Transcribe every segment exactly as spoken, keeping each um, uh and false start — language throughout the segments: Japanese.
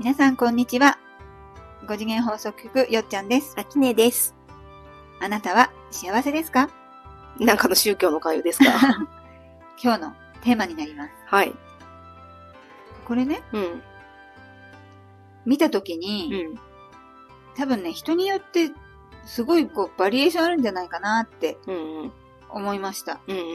皆さんこんにちは。ご次元放送局よっちゃんです。 あきねです。 あなたは幸せですか？ なんかの宗教の会ですか？ 今日のテーマになります。 はい。 これね、 うん。 見たときに、 うん。 多分ね、人によってすごいこうバリエーションあるんじゃないかなってうんうん。 思いました。 うんうん。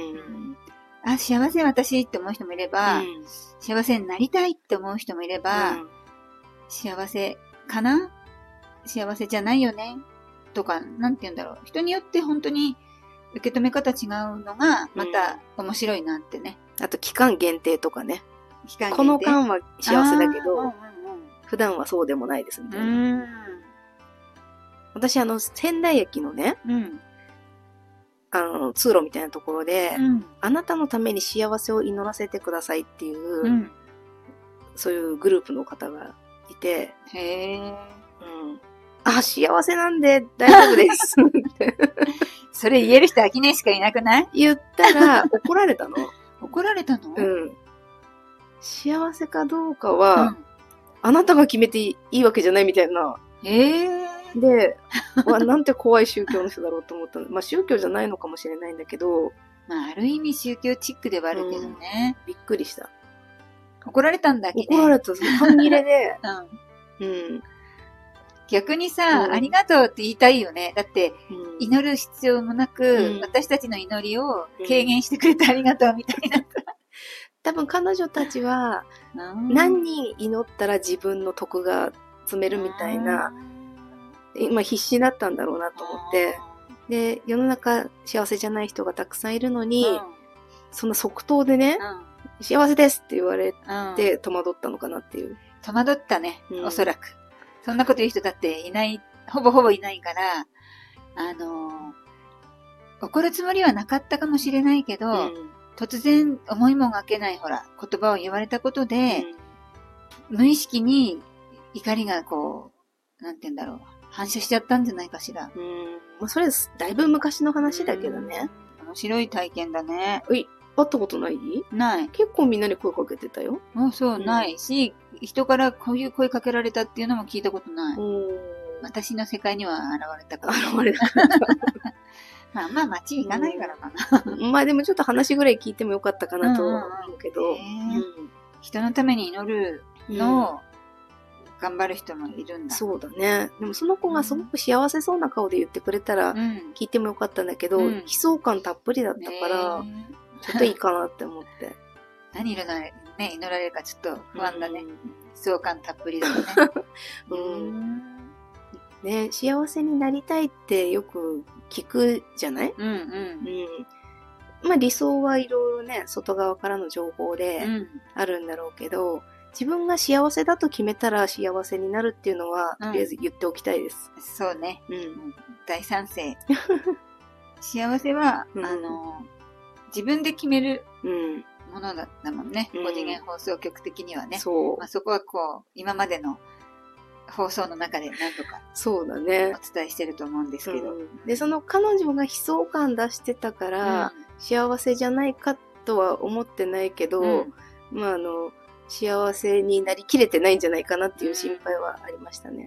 あ、幸せ私って思う人もいれば、 うん幸せになりたいって思う人もいれば、 うん幸せかな？幸せじゃないよねとか、なんて言うんだろう。人によって本当に受け止め方違うのが、また面白いなってね。 あと期間限定とかね。 期間限定。 この間は幸せだけど、 あーうんうんうん普段はそうでもないですみたういな。 ーん。 私あの、仙台駅のね、 うん。 あの、通路みたいなところで、 うん。 あなたのために幸せを祈らせてくださいっていう、 うん。 そういうグループの方がいて、 へー。 うん。あ、幸せなんで大丈夫ですってそれ言える人、アキネしかいなくない？ 言ったら怒られたの。 怒られたの？ うん。幸せかどうかうは、 ん。 あなたが決めていいわけじゃないみたいな。 えー。 で、わ、なんて怖い宗教の人だろうと思ったの。まあ宗教じゃないのかもしれないんだけど、 まあ、ある意味宗教チックではあるけどね。 びっくりした。 怒られたんだっけね。 怒られた。半切れで、 うん。 うん。 逆にさ、 うんありがとうって言いたいよね。だって、 うん祈る必要もなく、 うん私たちの祈りを軽減してくれてありがとうみたいな。 多分彼女たちは、 うん何人祈ったら自分の徳が積めるみたいな、今必死だったんだろうなと思って、で、世の中幸せじゃない人がたくさんいるのに、 うんその即答でね、 うん幸せですって言われうんて戸惑ったのかなっていう。 戸惑ったね、 うんおそらく。そんなこと言う人だっていない、ほぼほぼいないから、あのー怒るつもりはなかったかもしれないけど、 うん突然思いもがけないほら、言葉を言われたことで、無意識に怒りがこう、なんて言うんだろう、反射しちゃったんじゃないかしら。 うん。まあ、それだいぶ昔の話だけどね。 うん。面白い体験だね。 うい、会ったことない？ ない。 結構みんなに声かけてたよ。 もうそう、 うんないし、人からこういう声かけられたっていうのも聞いたことない。 うん。 私の世界には現れたから。 現れた。 まあまあ街行かないからかな。 まあでもちょっと話ぐらい聞いてもよかったかなと思うけど。 うんうんうんね人のために祈るのを頑張る人もいるんだ。 そうだね。でもその子がすごく幸せそうな顔で言ってくれたらうん。 聞いてもよかったんだけど、 うん悲壮感たっぷりだったから、 ねちょっといいかなって思って。 何祈られ、ね、祈られるかちょっと不安だね。 うん悲壮感たっぷりだね。 うんね、幸せになりたいってよく聞くじゃない？ うんうん。 うん。まあ理想はいろいろね、外側からの情報でうん。 あるんだろうけど、自分が幸せだと決めたら幸せになるっていうのは、 うんとりあえず言っておきたいです。 そうね。 うん。 大賛成。幸せは、 うんあの、自分で決めるうん。 ものだったもんね。 うんご次元放送局的にはね。 そうまあ、。そこはこう、今までの放送の中で何度かそうだね。 お伝えしてると思うんですけど。 うんで、その彼女が悲壮感出してたから、幸せじゃないかとは思ってないけど、 うんまああの、幸せになりきれてないんじゃないかなっていう心配はありましたね。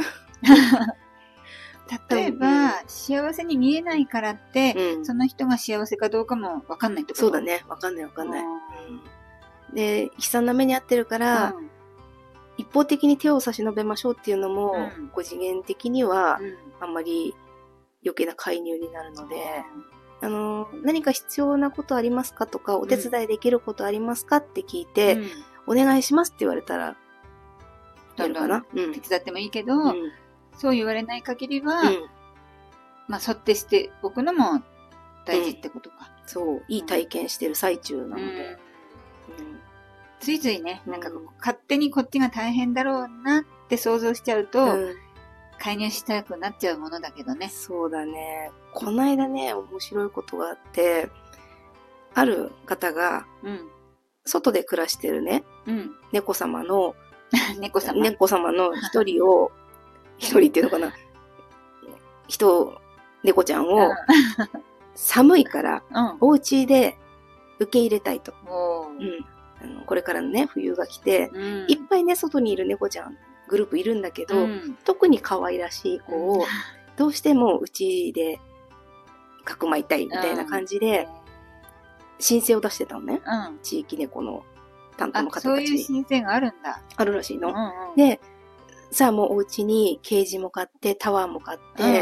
例えば、 うん幸せに見えないからって、 うんその人が幸せかどうかもわかんないってことそうだ。ね。わかんないわかんない。 ううんで、悲惨な目に遭ってるから、 ん一方的に手を差し伸べましょうっていうのも、 うんご次元的にはうんあんまり余計な介入になるので、あの、何か必要なことありますかとか、お手伝いできることありますかって聞いて、 うんお願いしますって言われたら、 どんどんやるかな。うん。 手伝ってもいいけど、 うん。 そう言われない限りは、 うんまあ、沿ってしておくのも大事ってことか。 そう、いい体験してる最中なのうんで。 ついついね、 うんなんかこう勝手にこっちが大変だろうなって想像しちゃうと、 うん介入したくなっちゃうものだけどね。 そうだね。この間ね、面白いことがあって、ある方が、 うん。 外で暮らしてるね、 うん。 猫様の、 猫様。 猫様の一人を、一人っていうのかな、人、猫ちゃんを、寒いから、 うん。 お家で受け入れたいと。 おーうん。 あのこれからのね、冬が来て、 うん、 いっぱいね、外にいる猫ちゃん、グループいるんだけど、 うん、 特に可愛らしい子を、どうしてもうちでかくまいたいみたいな感じで、申請を出してたのね。 うん、 地域猫の担当の方たち。 そういう申請があるんだ。 あるらしいの。 うんうん、 で、さあもうお家にケージも買って、タワーも買って、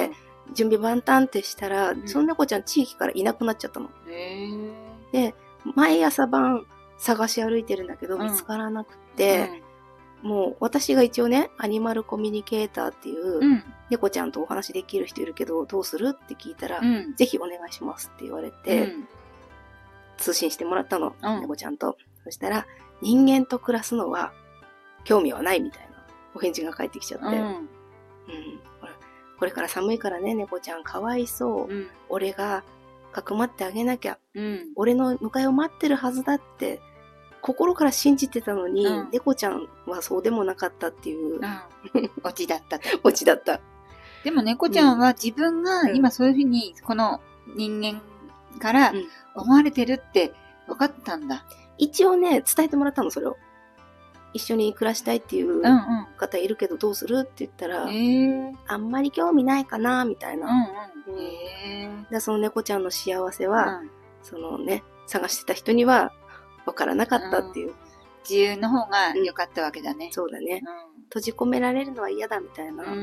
うん、準備万端ってしたら、うん、その猫ちゃん地域からいなくなっちゃったの。 へー。 で、毎朝晩探し歩いてるんだけど、見つからなくて、うん、もう私が一応ね、アニマルコミュニケーターっていう、うん、猫ちゃんとお話できる人いるけど、どうするって聞いたら、うん、ぜひお願いしますって言われて、うん、通信してもらったの、うん、猫ちゃんと。そしたら、人間と暮らすのは興味はないみたいなお返事が返ってきちゃって、うんうん、これから寒いからね、猫ちゃんかわいそう、うん、俺がかくまってあげなきゃ、うん、俺の迎えを待ってるはずだって心から信じてたのに、うん、猫ちゃんはそうでもなかったっていう、うん、 オチだったと。 オチだった。 でも猫ちゃんは自分が今そういうふうにこの人間から思われてるって分かったんだ。 一応ね、伝えてもらったの、それを。一緒に暮らしたいっていう方いるけどどうするって言ったら、うんうん、あんまり興味ないかなみたいな。うんうん、へー。でその猫ちゃんの幸せは、うん、そのね、探してた人には分からなかったっていう。うん、 自由の方が良かったわけだね。 うん、そうだね、うん。閉じ込められるのは嫌だみたいな。うん。うん、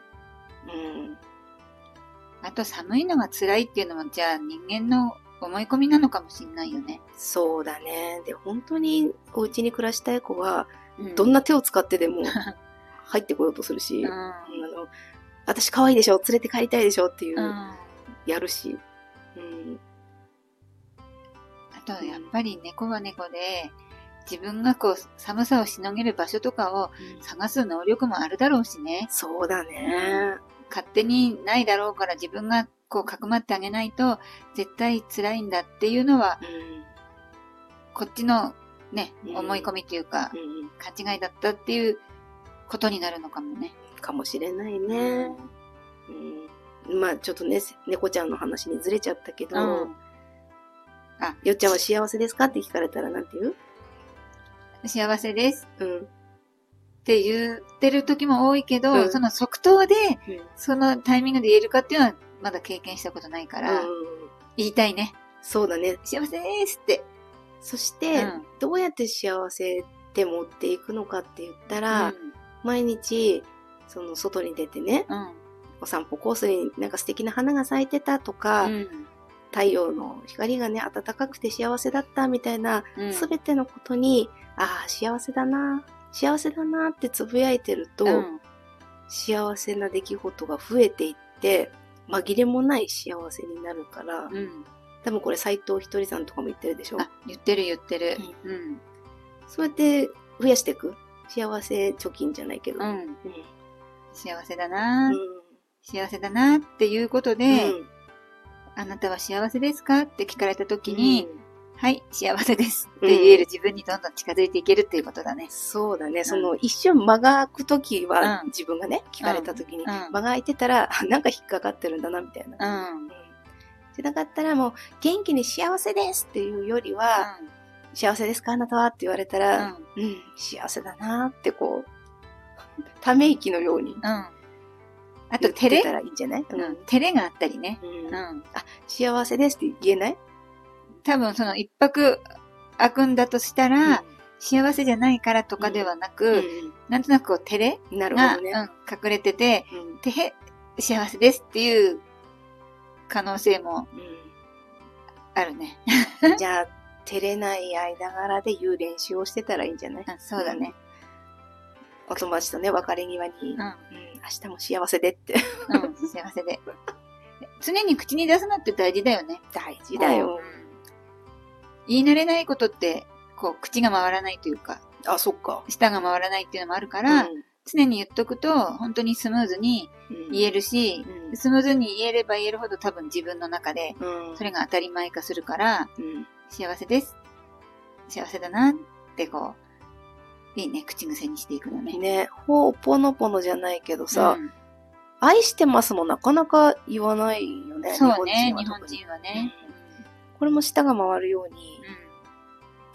あと寒いのが辛いっていうのは、じゃあ人間の思い込みなのかもしれないよね。 そうだね。で、本当にお家に暮らしたい子は、うん、どんな手を使ってでも入ってこようとするし、うん、あの私可愛いでしょ、連れて帰りたいでしょっていう、うん、やるし、うん。 あとやっぱり猫は猫で、自分がこう寒さをしのげる場所とかを探す能力もあるだろうしね。 そうだね。 勝手にないだろうから自分がこうかくまってあげないと絶対辛いんだっていうのは、うん、こっちのね、うん、思い込みというか、うん、勘違いだったっていうことになるのかもね。 かもしれないね。うん、まあちょっとね、猫ちゃんの話にずれちゃったけど、うん、あ、よっちゃんは幸せですかって聞かれたらなんて言う？ 幸せです。うん。って言ってる時も多いけど、うん、その即答で、うん、そのタイミングで言えるかっていうのはまだ経験したことないから、うん、言いたいね。 そうだね。 幸せですって。 そして、うん、どうやって幸せって持っていくのかって言ったら、うん、毎日、その外に出てね、うん、お散歩コースになんか素敵な花が咲いてたとか、うん、太陽の光がね、暖かくて幸せだったみたいな、すべ、うん、てのことに、ああ、幸せだな、幸せだなってつぶやいてると、うん、幸せな出来事が増えていって、紛れもない幸せになるから、うん、多分これ斉藤ひとりさんとかも言ってるでしょ？ あ、言ってる言ってる。 うん。うん、そうやって増やしていく。幸せ貯金じゃないけど。うん。うん、 幸せだな、うん、幸せだなっていうことで、うん、あなたは幸せですかって聞かれたときに、うん、はい、幸せですって言える自分にどんどん近づいていけるっていうことだね。 そうだね。その一瞬間が空くときは、うん、自分がね、聞かれたときに、間が空いてたら、なんか引っかかってるんだな、みたいな。うん。じゃなかったらもう、元気に幸せですっていうよりは、うん、幸せですかあなたはって言われたら、うん、うん、幸せだなってこう、ため息のように。うん。あと、照れたらいいんじゃない？ うん。照れがあったりね。うん。うん、 あ、幸せですって言えない？ 多分その一泊空くんだとしたら、うん、幸せじゃないからとかではなく、うんうん、なんとなくこう照れが、なるほどね、うん、隠れてて、うん、てへ、幸せですっていう可能性もあるね。 うん、じゃあ、照れない間柄で言う練習をしてたらいいんじゃない？ あ、そうだね。 お友達とね、別れ際に、うんうん、明日も幸せでって。 うん、幸せで。常に口に出すのって大事だよね。 大事だよ。 言い慣れないことって、こう、口が回らないというか。 あ、そっか。 舌が回らないっていうのもあるから、うん、常に言っとくと、本当にスムーズに言えるし、うん、スムーズに言えれば言えるほど多分自分の中で、それが当たり前化するから、うん、幸せです。幸せだなってこう、いいね、口癖にしていくのね。 ね、ほうぽのぽのじゃないけどさ、うん、愛してますもなかなか言わないよね。 そうね、日本人はね。 これも舌が回るように、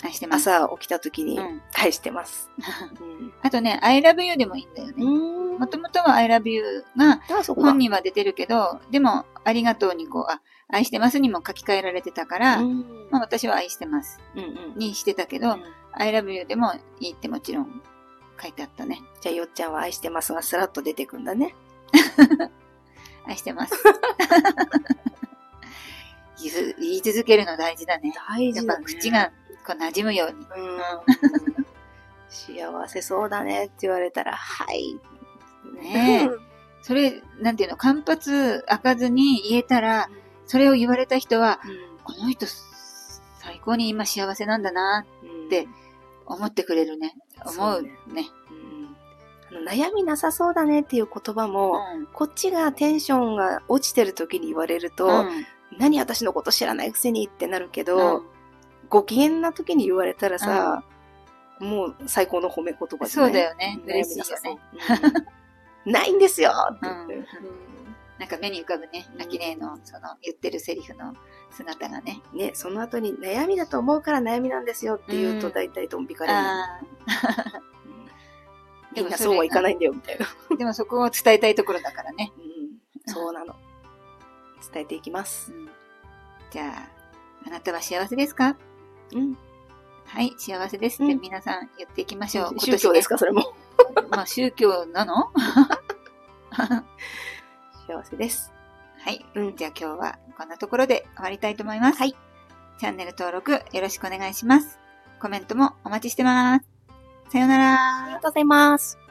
愛してます。 朝起きた時に愛してます。 うん、あとね、I love you でもいいんだよね。もともとは I love you が本には出てるけど、でもありがとうにこう、あ、愛してますにも書き換えられてたから、まあ私は愛してます、うんうん、にしてたけど、うん、I love you でもいいってもちろん書いてあったね。 じゃあよっちゃんは愛してますがスラッと出てくんだね。 愛してます。言い続けるの大事だね。 大事だね。 やっぱ口がこう馴染むように。うん、 幸せそうだねって言われたら、はい。 ねえ。それ、なんていうの、間髪開かずに言えたら、それを言われた人は、うん、この人、最高に今幸せなんだなって思ってくれるね。思うね。うねうん、悩みなさそうだねっていう言葉も、うん、こっちがテンションが落ちてる時に言われると、うん、何私のこと知らないくせにってなるけど、うん、ご機嫌な時に言われたらさ、うん、もう最高の褒め言葉じゃない？ そうだよね。嬉しいよね。 うん、ないんですよって言って、うん。 なんか目に浮かぶね、アキネのその言ってるセリフの姿がね。 ね、その後に悩みだと思うから悩みなんですよって言うと大体ドン引かれる。みんなそうはいかないんだよみたいな。 でもそこを伝えたいところだからね。 うん、そうなの。伝えていきます。うん、 じゃあ、あなたは幸せですか？うん。はい、幸せですって皆さん言っていきましょう。うん、 宗教ですか、それも。 まあ宗教なの？ 幸せです。 はい、うん。じゃあ今日はこんなところで終わりたいと思います。はい。チャンネル登録よろしくお願いします。コメントもお待ちしてます。さようなら。 ありがとうございます。